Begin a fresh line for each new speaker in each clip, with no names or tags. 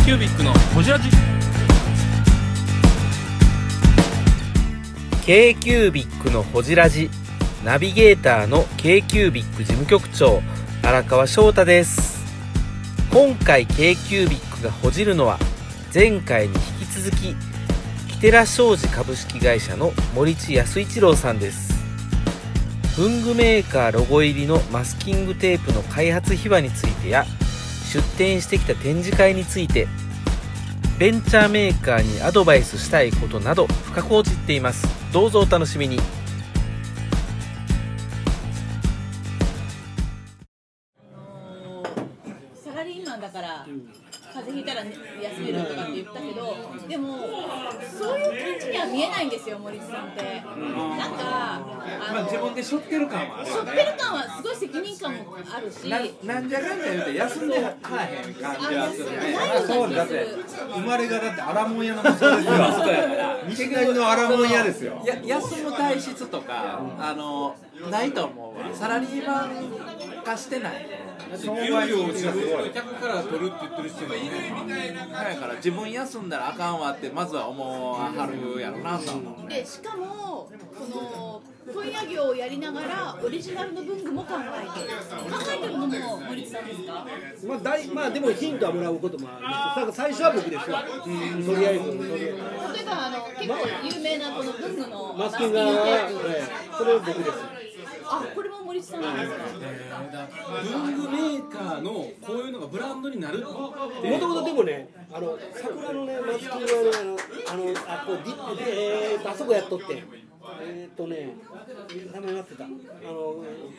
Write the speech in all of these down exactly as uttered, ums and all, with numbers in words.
キュービックのホジラジ
k キュービックのホジラジナビゲーターの k キュービック事務局長荒川翔太です。今回 k キュービックがほじるのは前回に引き続きキテラ商事株式会社の森地康一郎さんです。文具メーカーロゴ入りのマスキングテープの開発秘話についてや出展してきた展示会について、ベンチャーメーカーにアドバイスしたいことなど深く報じっています。どうぞお楽しみに。
サラリーマンだから風邪ひいたら休めるとかって言ったけど、でもそういう感じには見えないんですよ、森地さんって。なんかあの、
まあ、自分で背負ってる感はある
背負ってる感はすごい責任感もあるし、
ななんじゃかんじゃ言うて休んではへん感じはするね。
ないような気がする。
生まれがだってアラモン屋の息子ですよ西成のアラモン屋ですよ。
や休む体質とか、あのないと思うわ。サラリーマン化してない。
商売のうちがすごい。
客から取るって言ってる人もいる。
だから自分休んだらあかんわってまずは思わはるやろなと思うね。
でしかもその問屋業をやりながらオリジナルの文具も考えてる考えてるのも森地さんですか？
まあ、だいまあでもヒントはもらうこともあるんですけど、だから最初は僕ですよ、うん、とりあえずとりあえず
例えばあの結構有名なこの文具の
マスキングが、ええ、それは僕です。
あ、これも森地さんなんですか？
文具メーカーのこういうのがブランドになるって
もともとでもね、あの桜のねマスキングはね、あのあのあこうディでえーとあそこやっとってえっとね名前忘れたあの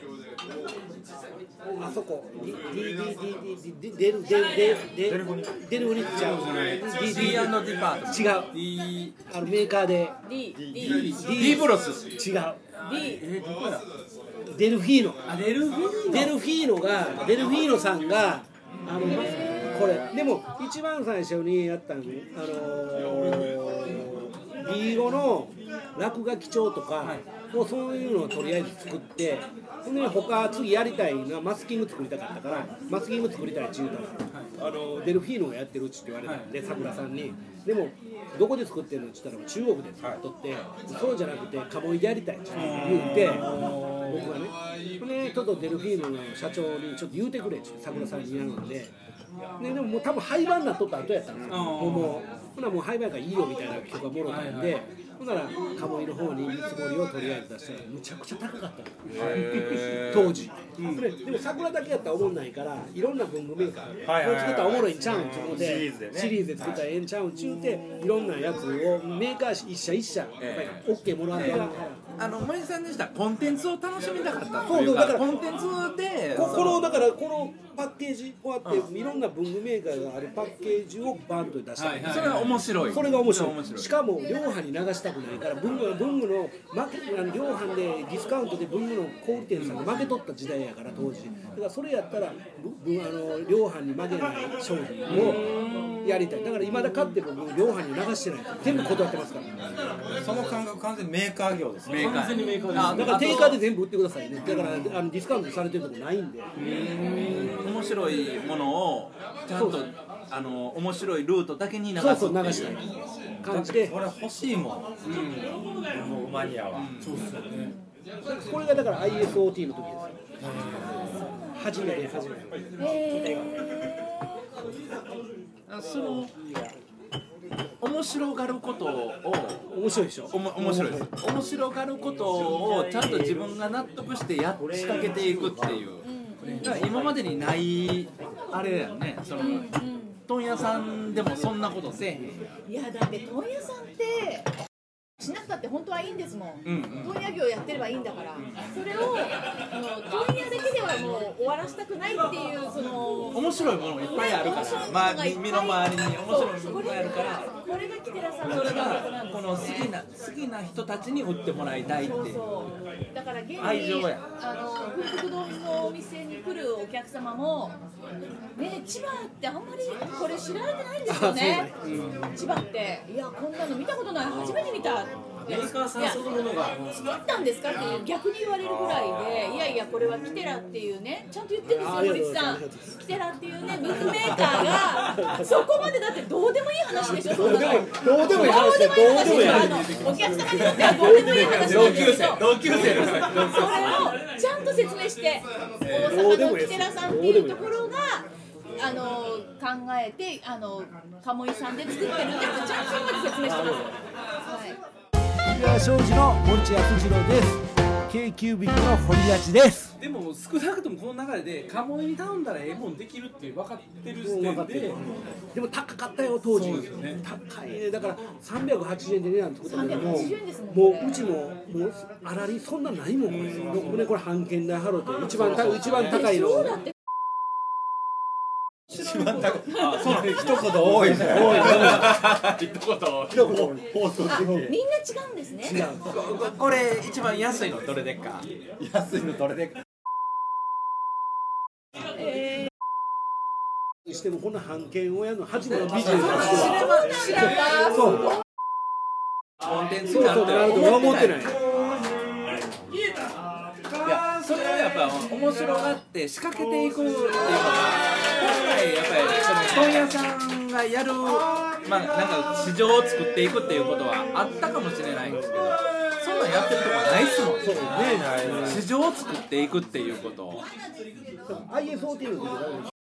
あそこディディディディディデルデルデルデルデルフニッチャー
ディーアンド ディパート
違う
D
あのメーカーで
D D
D ブロス
違う
D
デルフィーノ
あデルフィーノ
デルフィーノがデルフィーノさんがあのこれでも一番最初にやったのあのー、ビーゴの落書き帳とか、はい、もうそういうのをとりあえず作ってそれで他次やりたいのはマスキング作りたかったからマスキング作りたいって言うたら、はい、あのデルフィーノがやってるうちって言われたんで、はい、桜さんにでもどこで作ってるのって言ったら中国で作っとって、はい、そうじゃなくて鴨居でやりたいって言って僕がねでちょっとデルフィーノの社長にちょっと言うてくれって桜さんに言うのでででももう多分廃盤になっとった後やったんですよ。もうもうほなもう廃盤やからいいよみたいな曲がもろたんで、ほんなら鴨居の方に見積もりをとりあえず出したらむちゃくちゃ高かったの当時、うん、で, でも桜だけやったらおもんないからいろんな文具メーカーを作ったらおもろいんちゃうんってことで、シリーズでねシリーズで作ったらええんちゃうんって言うていろんなやつをメーカー一社一社やっぱり OK もらってから
あの森さんでしたらコンテンツを楽しみたかったというか、そうだからコンテンツで
ここのだからこのパッケージこうやっていろんな文具メーカーがあるパッケージをバンと出した、はいはい、
それは面白い
それが面白いしかも量販に流したくないから文具文具のマケあの量販でディスカウントで文具の小売店さんが負け取った時代やから当時だからそれやったらぶあの量販に負けない商品をやりたいだから今だ買ってる分量販に流してない全部断ってますから
その感覚完全にメーカー業です
メーカー完全にメーカーです
だから定価で全部売ってくださいねだからあのディスカウントされてるとこないんで
面白いものをちゃんとあの面白いルートだけに流す
そうそう流したい感じで
これ欲しいもん、うん、もうマニアは、うん、そうですよね
これがだから アイエスオーティー の時です初めて初めて
その面白がることを
面白いでしょ
おも面白いです面白がることをちゃんと自分が納得してやっ仕掛けていくっていうだから今までにないあれやねその問屋さんでもそんなことせえへん
いやだって問屋さんってしなくたって本当はいいんですもん、うんうん、問屋業やってればいいんだから、うん、それをあの問屋だけではもう終わらせたくないっていうその
面白いものがいっぱいあるから、まあ、身の回りに面白いものがあるから
これがキテラさんの
それがこの好きな好きな人たちに売ってもらいたいっていうそう
そうだから現に
愛情や
あの風福堂のお店に来るお客様もね千葉ってあんまりこれ知られてないんですよね、うん、千葉っていやこんなの見たことない初めて見た
メーカーさんそのものが
作ったんですかっていう逆に言われるぐらいで、いやいやこれはキテラっていうね、ちゃんと言ってるんですよ堀内さん。キテラっていうね文具メーカーがそこまでだってどうでもいい話でしょ。そんなの
どうでもいい話でどうでもいい話。
お客様にとってはどうでもいい話なん
同級
ですけど、
生同級生です
それをちゃんと説明して大阪のキテラさんっていうところがあの考えてあの鴨居さんで作ってるんですちゃんとそこまで説明してます。はい。
では庄司の森地康次郎です。K キュービックの堀立です。
でも少なくともこの流れで鴨居に頼んだらええもんできるって分かってる時点で、
でも高かったよ当時。
そうですよね。
高いね。だからさんびゃくはちじゅうえんで値段作ったんだけども、
さんびゃくはちじゅうえんですもん
も
ね
ううちももうあらりそんなないもんこれ。僕ねこれ半券代払って一番高い一番高いの。
そうだって
一番高い。あ、そうね。一言多いね。多い。一言。放送的。
みんな違うんですね。
違う。
これ一番安いのどれでっか？
安いのどれで。
してもこんな半券をやるの初めてのビジネス
知らな知らな
そう
コンテンツ
そう
になると
そうなるとは思ってない。
いや、それをやっぱ面白がって仕掛けていくっていうのが本来やっぱりその問屋さんがやる、まあなんか市場を作っていくっていうことはあったかもしれないんですけど、そんなんやってるとこないっすもん。
そうね。
市場を作っていくっていうことを。
アイエスオーティー の時だね。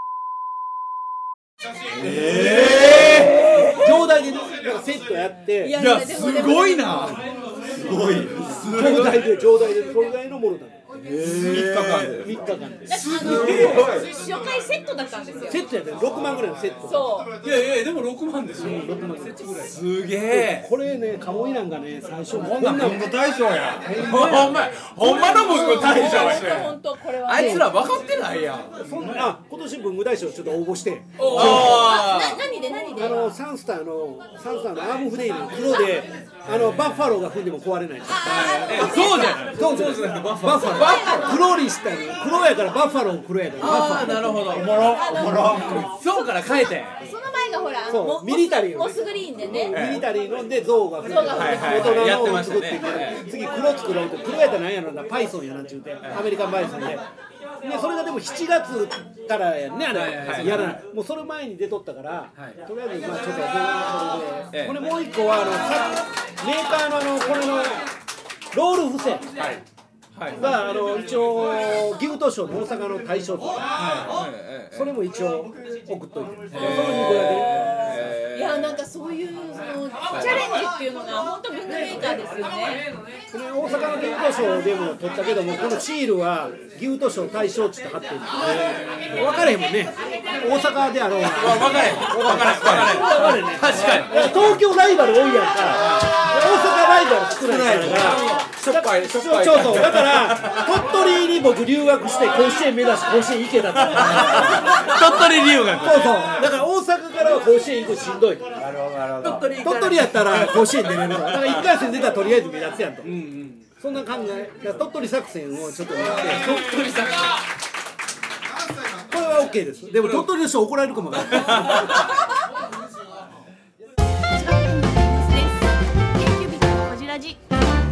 ええ。
上代でなんかセットやって、
いや
いやすごいな。すごい。
上代で上代でそれぐらいのものだね。
三日間で。
みっかかんで。
あの初回セットだったんですよ。
セットやってろくまんぐらいのセット。
そう。
いやいやでもろくまんでしょ。ろくまんセットぐらい。
すげえ。
これね、鴨居なんかね、最初こんな
こんなん文具大賞や。
ほんまほんまの文具大賞や。
本当これはね。
あいつら分かってないやん。
そんなあ今年文具大賞ちょっと応募して、
あ
な何で何で。
あのサンスターのサンスターのアームフレイの黒で、あのバッファローが踏んでも壊れない。
え、そうじゃない。
そうそうそう。バッファロー。黒にしたの。黒やからバッファロー黒やから。バッファ
ああ、なるほど。おも
ろおもろ。
そうから変えて。
その前がほら
そう
モ
ミリタリー
モスグリーンでね。
ミリタリーので象が踏んで
象が踏んで
大人
やって
のを
ましたね
作っていく。次黒作ろうと黒やったら何やろなパイソンやなって言うてアメリカンバイソンで。でそれがでもしちがつからやんねあれやらないもうそれ前に出とったからとりあえずまあちょっとそれでこれもう一個はあのさメーカーのあのこれのロール付箋があの一応ギフト賞の大阪の大賞とかそれも一応送っといてそのにこだけね
いやなんかそういうそのチャレンジっていうのが本当文具メーカーですよね。
これ大阪のギフト賞でも取ったけどもこのシールはギフト賞大賞って貼ってる分かれへんもんね大阪であろうが
分かれへん。分かれへん。分かれへん。確かに。
東京ライバル多いやんか大阪ライバル少ないから
しょっぱいしょっぱい。
そうそうだから鳥取に僕留学して甲子園目指し甲子園行けたって
鳥取留学。
そうそうだから大阪からは甲子園行くしんどいと
なるほどなるほど。
鳥取
鳥取やったら甲子園出れるからだからいっかい戦出たらとりあえず目立つやんとそんな考えだから鳥取作戦をちょっとやって
鳥取作戦。
これは OK ですでも鳥取の人怒られるかもわかんない
千葉県のです。ケーキュービックのこじらじ。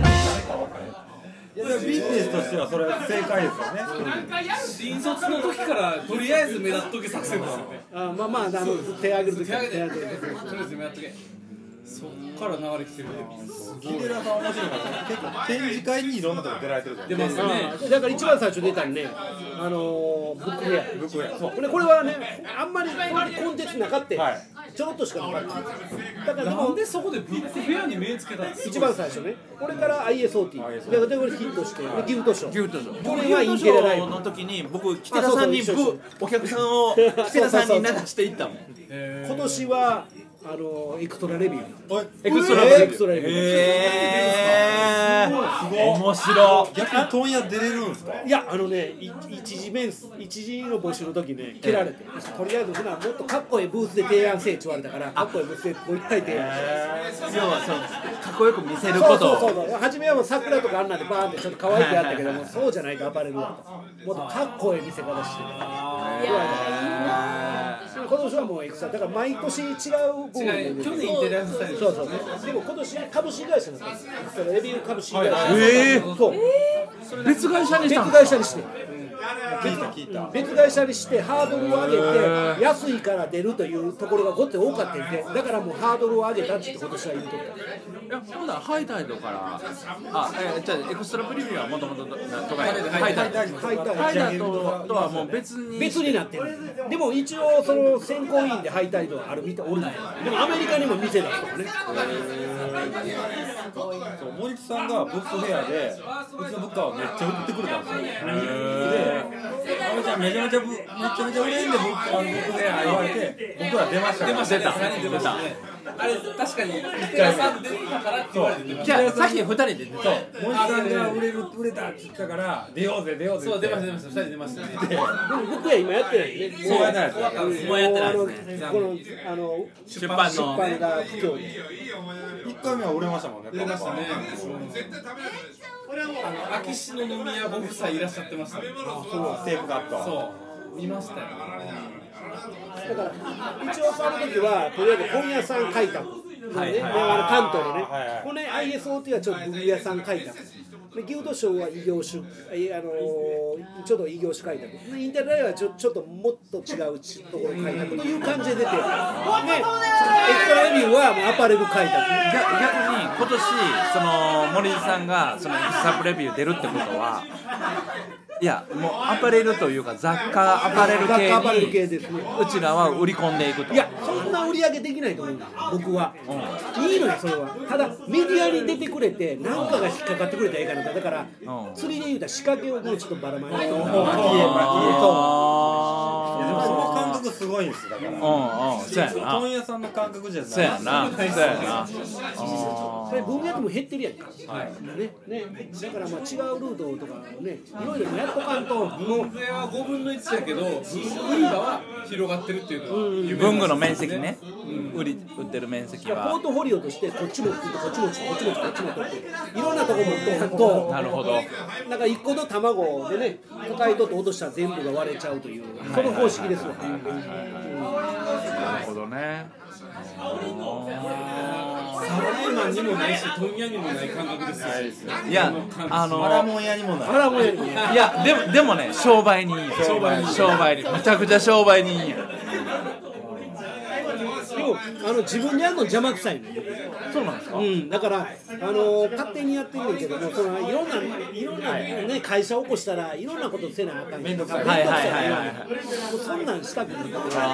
いやでもビジネスとしてはそれは正解ですよね。
新卒の時からとりあえず目立っとけ作戦ですよね。
あまあまああの手挙げるとき
手挙げて
手挙げる
とりあえず目立っとけ。そっから流れ来てる。
キテラさん面白いから結構展示会にいろんなとこ出られてるじゃん。
出ますね。
あだから一番最初出たんねあのー、ブックフェア
ブックフェア。そう。
これこれはねあんまりコンテンツなかった、
はい
ちょろっとしかなかっただからでも
なんでそこでブックフェアに目つけたんですか。
一番最初ねこれから アイエスオーティー ででこれヒットしてでギフト賞
ギフト賞。
これはインテレライブ
の時に僕キテラさんに
あそうそう
ブお客さんをキテラさんに流していったもん。
今年はあのエクストラレビュー
エクストラ
エクストラレビュー
へー。面白い。
逆に問屋出れるんですか。
いやあのねい一次面接一次の募集の時ね蹴られてとりあえず普段もっとかっこいいブースで提案せえって言われたからかっこいいブースでもう一回提案して
要はそうかっこよく見せる
そう
ことを。
そうそうそう初めはもう桜とかあんなんでバーンってちょっと可愛くやったけどもそうじゃないとアパレルはもっとかっこいい見せ方して
いやいいな。
今年はもうエクストラだから毎年違う部門で
違う去年インテリアスタイル
そうそうそうでも今年株式会社になったんですよそのレビュー株式会社、
ええ
そう
別会社にした
別
ん
会社にして
聞いた聞いた
別会社にしてハードルを上げて安いから出るというところがごって多かったんでだからもうハードルを上げたって今年は言うとった
いやほんならハイタイドからあえじゃあエクストラプレミアはもともととかハイタイド
ハイタイ
ハイタイドとはもう別に
別になってるでも一応その選考委員でハイタイドはあるみたいおるんだよでもアメリカにも店出すとかね
そう森木さんがブックフェアでうちのブッカーをめっちゃ売ってくれたんですよであめちゃめちゃめちゃぶめちゃめちゃ売れんでブックあのブックフェア言われて僕ら出ました
出ましたね
出た
さんにん出ましたねあれ確かに池田さん出たからって言われてる
じゃあさっきふたりで出て
そう森木さんが売れる売れたって言ったから出ようぜ出ようぜ
そう出ました出ましたふたり出ましたね
でも僕は今やってないね
そうやないです
もうやってないですね
このあの
出版の
出版が不況で
いっかいめは売れましたもんね
売れましたねあの秋篠宮ご夫妻いらっしゃってましたね
テープカット
そう見ましたよ
だから一応その時はとりあえず本屋さん開拓
はいはい
あの関東のね、
はいはい
この アイエスオーティー はちょっと文具屋さん開拓でギルドショーは異業種、あのー、ちょっと異業種開拓でインターライはちょちょっともっと違うところ開拓という感じで出てでエクストラレビューはもうアパレル開拓
逆逆に今年その森さんがそのエクストラプレビュー出るってことはいやもうアパレルというか雑貨アパレル
雑貨アパレル
系に
系ですね
うちらは売り込んでいくと
いやそんな売り上げできないと思うんだよ僕は、いいのよそれはただメディアに出てくれて何かが引っかかってくれたらいいかなとだから、
うん
釣りで言うたら仕掛けをもうちょっとばらまいて
いやでもその感覚すごいんですだから
うんうんそうやな
問屋さんの感覚じゃない
そうやなそうやな
それ分野でも減ってるやんか、ねね、だからまあ違うルートとかねいろいろやっとかんともう
文具屋はごぶんのいちやけど文具売り場は広がってるっていうのは有名
文具の面積ね売り売ってる面積
ポー
は
トフォリオとしてこっちもってこっちもこっちもこっちもこっちも取っていろんなとこ持っておくと
なるほど
なんか一個の卵でね抱えとって落としたら全部が割れちゃうというその方式ですわ、
なるほどね
サラリーマンにもないし問屋にもない感覚ですよ
いやあの
あらもん屋にもない
あらもうやるね
いやでもでもね商売にいいよ商売に商売にめちゃくちゃ商売にいいよ
でもあの自分でやるの邪魔くさいのよ
そうなんですか
うん、だから、あのー、勝手にやってるんだけどもそのいろんないろんな、ね、会社を起こしたらいろんなことせなあかん
面倒くさい
面倒くさ
はいはいはいはい
もうそんなんしたくない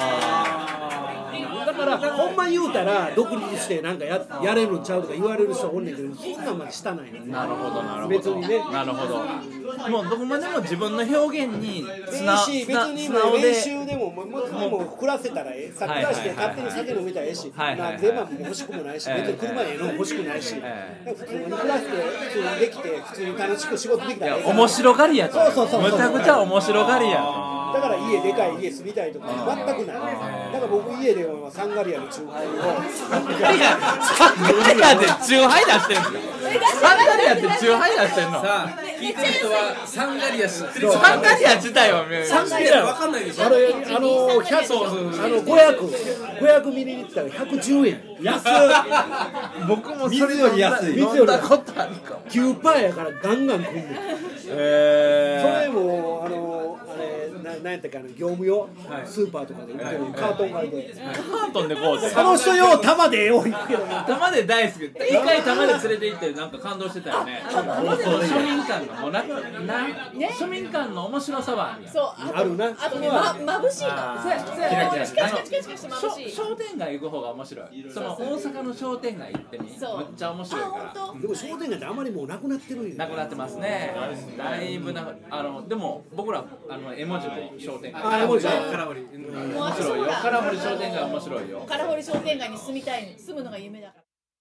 だからほんま言うたら独立してなんか や, やれるんちゃうとか言われる人おんねんけどそんなんまでしたないのね
なるほどなるほど
別にね
なるほどもうどこまでも自分の表現に素直
いいし別にもう練習でももうもうもう暮らせたらええさ暮らして勝手に酒飲めたらええし
はいはいはい
まあ出番も欲しくもないし別に車ええのも欲しくないし
え
普通に暮らして普通にできて普通に楽しく仕事できたらええから
面白がりやと
そうそうそうそう
むちゃくちゃ面白がりや
だから家でかい家住みたいとか全くないだから僕家ではサンガリアのチューハイを
サンガリアでチューハイ出してんすかサンガリアってチューハイ出してんの
さあ聞いてる人はサンガリア知ってる人
サンガリア自体は
サンガリア分かんないでしょ
あれあのひゃく
そうそうそう
あのごひゃくごひゃくミリリッターひゃくじゅうえん安っ
僕もそれ
水より安い
飲んだことあるかも
きゅうパーセント やからガンガン来んねん
え
それもあのあれななんやったっけあの業務用スーパーとかで売ってるカートン買いで
カートンでこうで
その人よう玉でよう行くけどな
玉で大好き一回玉で連れて行ってなんか感動してたよね玉での庶民感がもうなくな庶民感の面白さはあるやん
そうあと
あるな
あとねま眩しいの
そうやそうや
チカチカチカチカして眩しい
商店街行く方が面白いその大阪の商店街行ってみ
そう
めっちゃ面白い
あ
から
本
でも商店街ってあまりもうなくなってるんよ
なくなってますねだいぶなあのでも僕らあの絵文字の商店街
あ絵文字
空振り
当もう
面白いよ空堀商店街面白いよ
カラホリ商店街に住みたい住むのが夢だから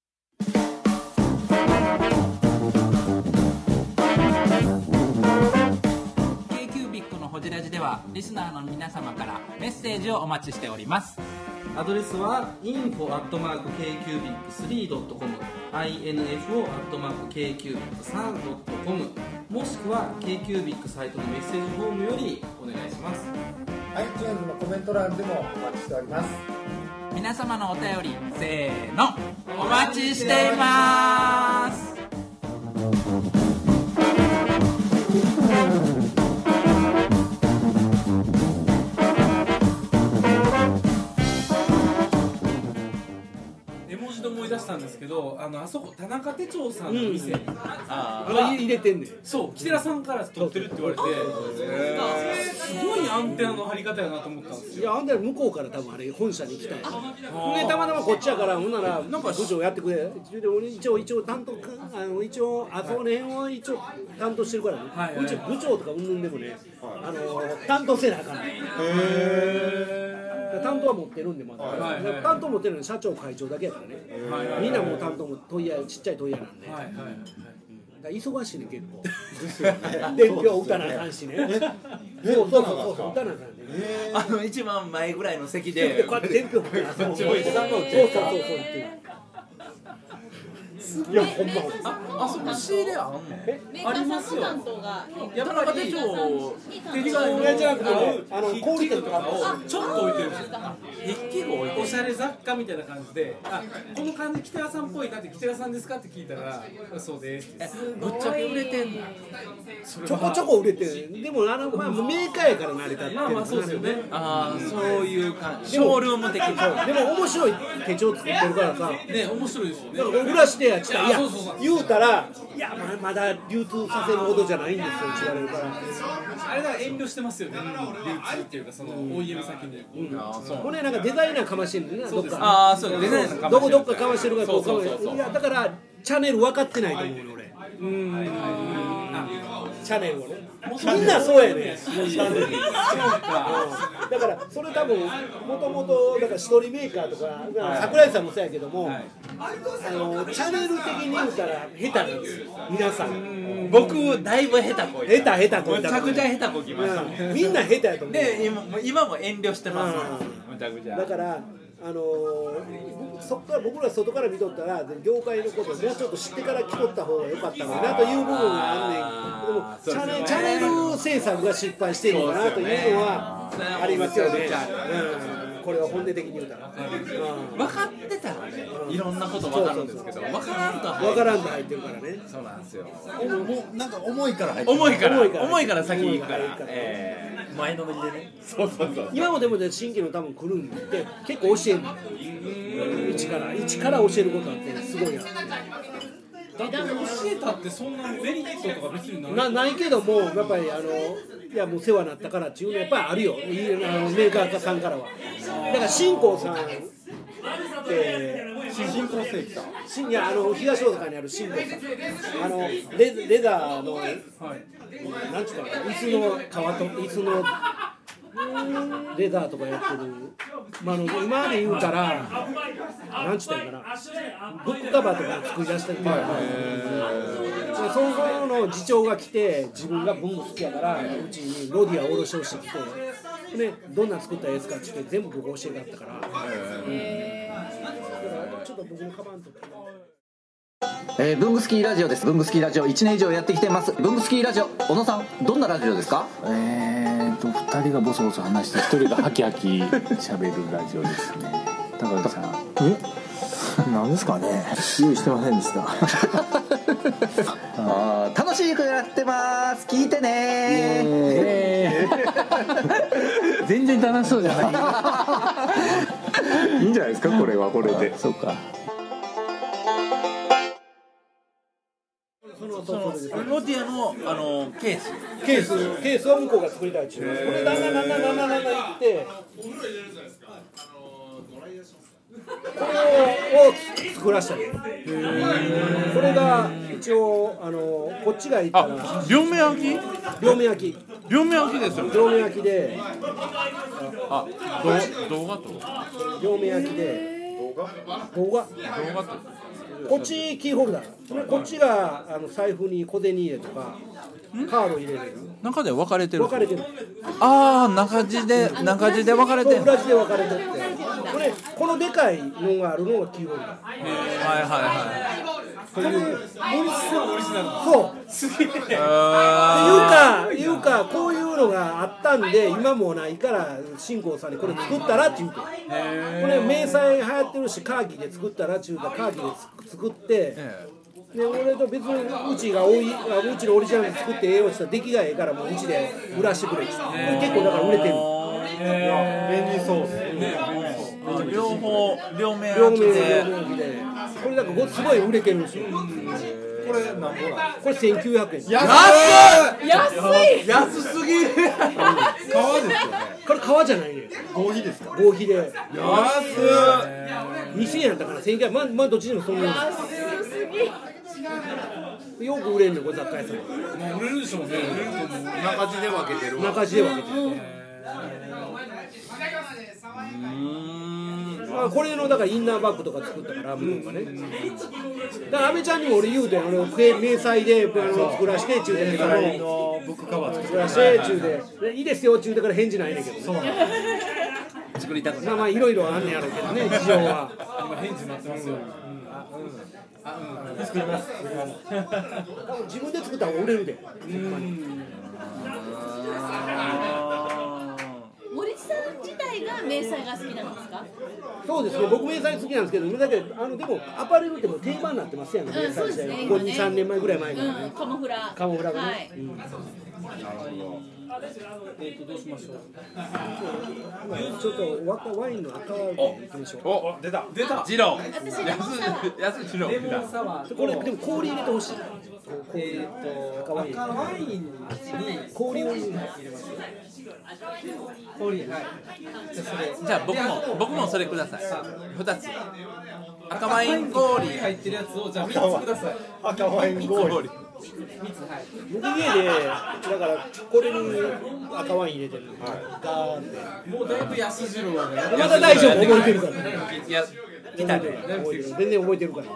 ホジラジではリスナーの皆様からメッセージをお待ちしております。
アドレスは インフォ アットマーク ケーキュービックスリー ドットコム インフォ アットマーク ケーキュービックスリー ドットコムもしくは k キュービックサイトのメッセージフォームよりお願いします。
iTunes のコメント欄でもお待ちしております。
皆様のお便りせーのお待ちしています。
絵文字で思い出したんですけど、あのあそこ田中手帳さんの店、
うん、ああ入れてんねん。
そう木寺さんから撮ってるって言われて、すごいアンテナの張り方やなと思ったんですよ。
いやあんたら向こうから多分あれ本社に来たんやで、たまたまこっちやからほんならなんか部長やってくれ、で俺一応一応担当あの一応あそこの辺を一応担当してるからね、はいはい、うち部長とかうんぬんでもね、あの担当せなあかんない。担当は持ってるんでまだ、はいはい、担当持ってるのは社長会長だけやからね、はいはいはい、みんなもう担当も問屋ちっちゃい問屋なんで、はいはいはい、だ忙しいね結構ですよね。伝票打たなあかんしね。そうそうそうそう打たなあかんね。
あの一番前ぐらいの席で
こうやって伝票打ってな。そうそうそうそう
いやほんま
あ、あそこ仕入れあんの？
メーカーさんの担当が
田中手帳
手帳のやつじゃなくて
あの氷とか
をちょっと置いてるんですよ。
筆記具置いてる。
おしゃれ雑貨みたいな感じで、あこの感じ北川さんっぽいなって北川さんですかって聞いたらそうですって。
ぶっちゃけ売れてんの？
ちょこちょこ売れてる。でもあのまあメーカーやから成り立ってる。
まあまあそうですよね。
ああそういう感じ。ショールーム的な。
でも面白い手帳作ってるからさ。
ね面白いですよね。
だから売らしてやちたいや言うたらいやまだ流通させるほどじゃないんですよって言われるから。
あれだから遠慮してますよね。流通っていうかその オーイーエム 先に。
うん。あそう。これなんかデザイナーかましてるんだね。どっか。
ああそうデザイナーかましてる。
どこどっかかましてるかどうかも。いやだからチャンネル分かってないと思うね俺。うん。チャンネルをね。みんなそうやね。だからそれ多分もともとだから一人メーカーとか桜井さんもそうやけども、あのチャンネル的に言うたら下手なんですよ皆さん。
僕だいぶ下手こい
た。下手下手こいた。
めちゃくちゃ下手こきました。
みんな下手やと思う。
で今今も遠慮してます。めちゃくちゃ。
だからあのー、そっから僕ら外から見とったら業界のことをもうちょっと知ってから来とった方が良かったのになという部分があんねん。でもチャンネル、チャンネル制作が失敗してるのかなというのはありますよね。うん、これは本音的に言うたら、うん、
分かってたらね、いろんなこと分かるんですけど、分からんと
分からんと入ってるからね。
そうなんですよ。
もうなんか重いから入ってる。
重いから重いから先に行くから。えー
前のめりでね。
そうそうそう。
今もでもね新規の多分来るんで結構教えるの。一から一から教えることあってすごいや。
だって教えたってそんなメリットとか別にない。
なないけどもやっぱりあのいやもう世話になったからっていうのはやっぱりあるよ。いいあのメーカーさんからは。だから新興さんって
新興世紀さん。
いやあの東大阪にある新興さん。あのレレザーの、はい、なんちゅうかな椅子の革と椅子のレザーとかやってる。まあ、あの今まで言うたらなんちゅったらいいかなブックカバーとか作り出したりとか、そのの次長が来て自分が文具好きやからうちにロディアを下ろしをしてきて、でどんな作ったやつかって言って全部僕教えてあったから、だからちょっと僕のカバンとか。
えー、ブングスキーラジオです。ブングスキーラジオいちねん以上やってきてます。ブングスキーラジオ、小野さんどんなラジオですか？
えーとふたりがボソボソ話してひとりがハキハキ喋るラジオですね。高橋さん、えなんですかね、用意してませんでした
あ楽しくやってます、聞いてねー
全然楽しそうじゃないいいんじゃないですか、これはこれで。そうか。
その
ロディアのあのケース
ケースケースは向こうが作りたいっていう。これだんだんだんだんだんだんだんいってこれを作らせたり。これが一応あのこっちがいったら
両面焼き
両面焼き
両面焼きですよね。
両面焼きで
あ動画と
両面焼きで動画動画とこっちキーホルダー、こっちがあの財布に小銭入れとかカード入れれる。
中で分かれてる。
分かれてる。
ああ中地で中地で分かれてる。
裏地で分かれてって。これこのでかいのがあるのがキーホルダー。
はいはいはい。
という
森さんオリジナル
そう
すげえ
いうかいうかこういうのがあったんで今もうないから新興さんにこれ作ったらって言うてこれ迷彩流行ってるしカーキで作ったらって言うからカーキで作ってで俺と別にうちが多いうちのオリジナルで作ってええよって言ったら出来がええからもううちで売らしてくれってこれ結構だから売れてる
便利そうですね
両方両面
両面で
開きで
両面開きでこれだからすごい売れてるんですよ
これ何ぼなん
これせんきゅうひゃくえん
安い
安い
安すぎる
革ですよね
これ革じゃないね
合皮ですか
合皮で
安
にせんえんやったからせんきゅうひゃくえんまあまあどっちでもそんな
安すぎ
よく売れんねんこれ雑貨屋さん
もう売れるでしょうね売れると思う
中地で分けてるわ
中地で分けてるまあこれのだからインナーバッグとか作ったから向こうがねだから阿部ちゃんにも俺言うて俺迷彩であの作らして中でから
のブックカバー作
作らして中でいいですよ中でから返事ないねんけどそう
作りたくない
まあまあいろいろあんねやろうけどね事情は
今返事待ってますよ
作ります作ります
多分自分で作った方が売れるで
森さん自体が迷彩が好きなんですか？
そうですね、僕迷彩好きなんですけど、だけどあのでもアパレルってもう定番になってますやん、迷彩
そう
時代、
ですね
ここに、さんねんまえぐらい前からね、
うん、カモフラ
カモフラがね、
はい
うん、
えっとどうしましょう
ちょっとワワインの赤ワインいきましょう。
お出た
出た
ジロー
私レモンサワー
安いジロ
レモン
ー
サワーと
これでも氷入れてほしい。
えっと
赤ワイン
赤ワインに
氷を入れます。
氷はいじゃあそれ
じゃあ僕も僕もそれくださいふたつ赤ワイン氷
入ってるやつをじゃあみっつください
赤ワイン氷
みっつはい
僕家でだからこれに赤ワイン入れてる。ガーって。
もうだいぶ安次郎が
まだ大丈夫覚えてるから。
いや来たね
覚えてる全然覚えてるから。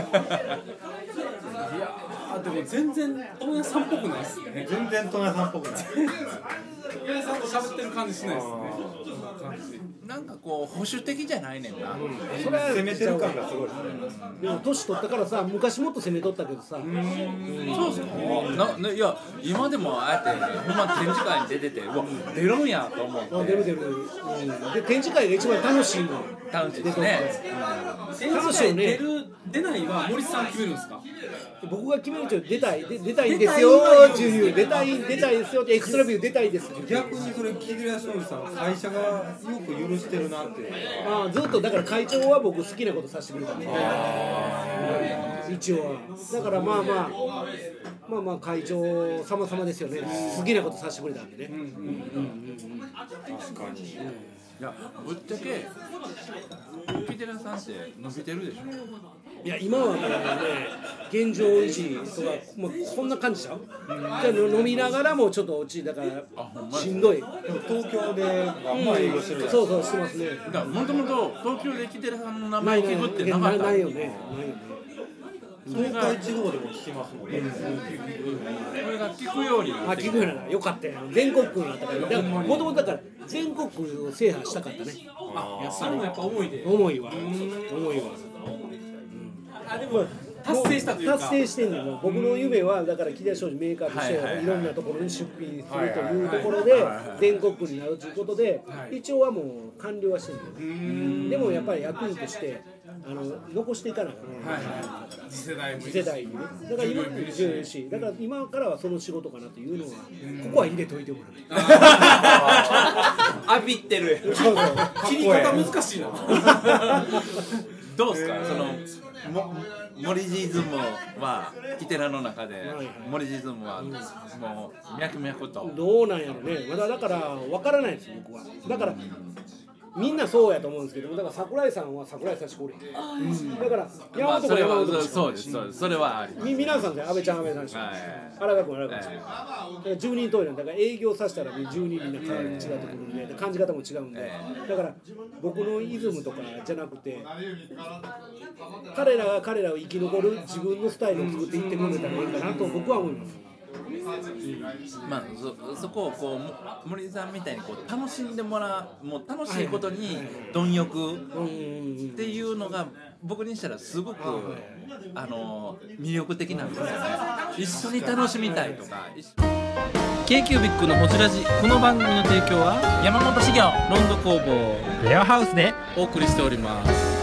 いやーでも全然問屋さんっぽくないですね
全然問屋さんっぽくない
問屋さんと喋ってる感じしないですね感じ
なんかこう保守的じゃないねんな、
それは
攻めてる感がすごい
でも年取ったからさ昔もっと攻めとったけどさ。
そうですかな、いや今でもああやってほんま展示会に出ててうわ出るんやと思って
あ出る出る、うん、で展示会が一番楽しいの。
楽しいですね
楽しいよね。
出る出ないは森さん決めるんですか
僕が決めると出たいで出たいんですよっていう出たい出たいですよってエクストラビュー出たいですって
逆にそれ木寺庄司さん会社がよく許してるなっていう
ああずっとだから会長は僕好きなことさせてくれたんで一応はだからまあまあまあまあ会長様々ですよね好きなことさせてくれたんでね
確かに
いやぶっちゃけ木寺さんって伸びてるでしょ
いや今はもうね現状維持とかもうこんな感じちゃうじゃあ飲みながらもちょっと落ちだからしんどい
でも東京でまあ営業してるやん
そうそうしてますね
だからもともと東京で木寺さんの名前聞くってなかった
ないよねないよね
東海地方でも聞きますもんね
それが聞くようにな
あ
ってき
聞くようになったよかったよ全国区になったからもともとだから全国区を制覇したかったね
あやっぱりやっぱ思いで
重いわ重いわ
あでも達成したというか
達成してんねんもう僕の夢はだから木田商事メーカーとして
はいはいはい
いろんなところに出品するというところで全国区になるということで一応はもう完了はしてるんだよでもやっぱり役員としてあの残していかなきゃね
次世代も
次世代にねだから今も重要しだから今からはその仕事かなというのはここは入れといてもらう
浴びってる
そうそう
切り方難しいな
どうですかそのもモリジズムはキテラの中でモリジズムはもう脈々と
どうなんやろねまだだから分からないです僕はだからみんなそうやと思うんですけどだから桜井さんは桜井さんしかおれへんだから山本も山本もしか
そうですそうですそれはあり
み皆さんで安倍ちゃん安倍さんしか荒川君荒川君しかだからじゅうにんトイレだから営業させたらじゅうにんにな違ってくるんで感じ方も違うんでだから僕のイズムとかじゃなくて彼らが彼らを生き残る自分のスタイルを作っていってくれたらいいかなと僕は思います
まあ、そ, そこをこう森さんみたいにこう楽しんでもらう、もう楽しいことに貪欲っていうのが僕にしたらすごくあの魅力的なんですよね。一緒に楽しみたいとか。
k q b i c のほじラジ、この番組の提供は
山本修行
ロンド工房
レアハウスで
お送りしております。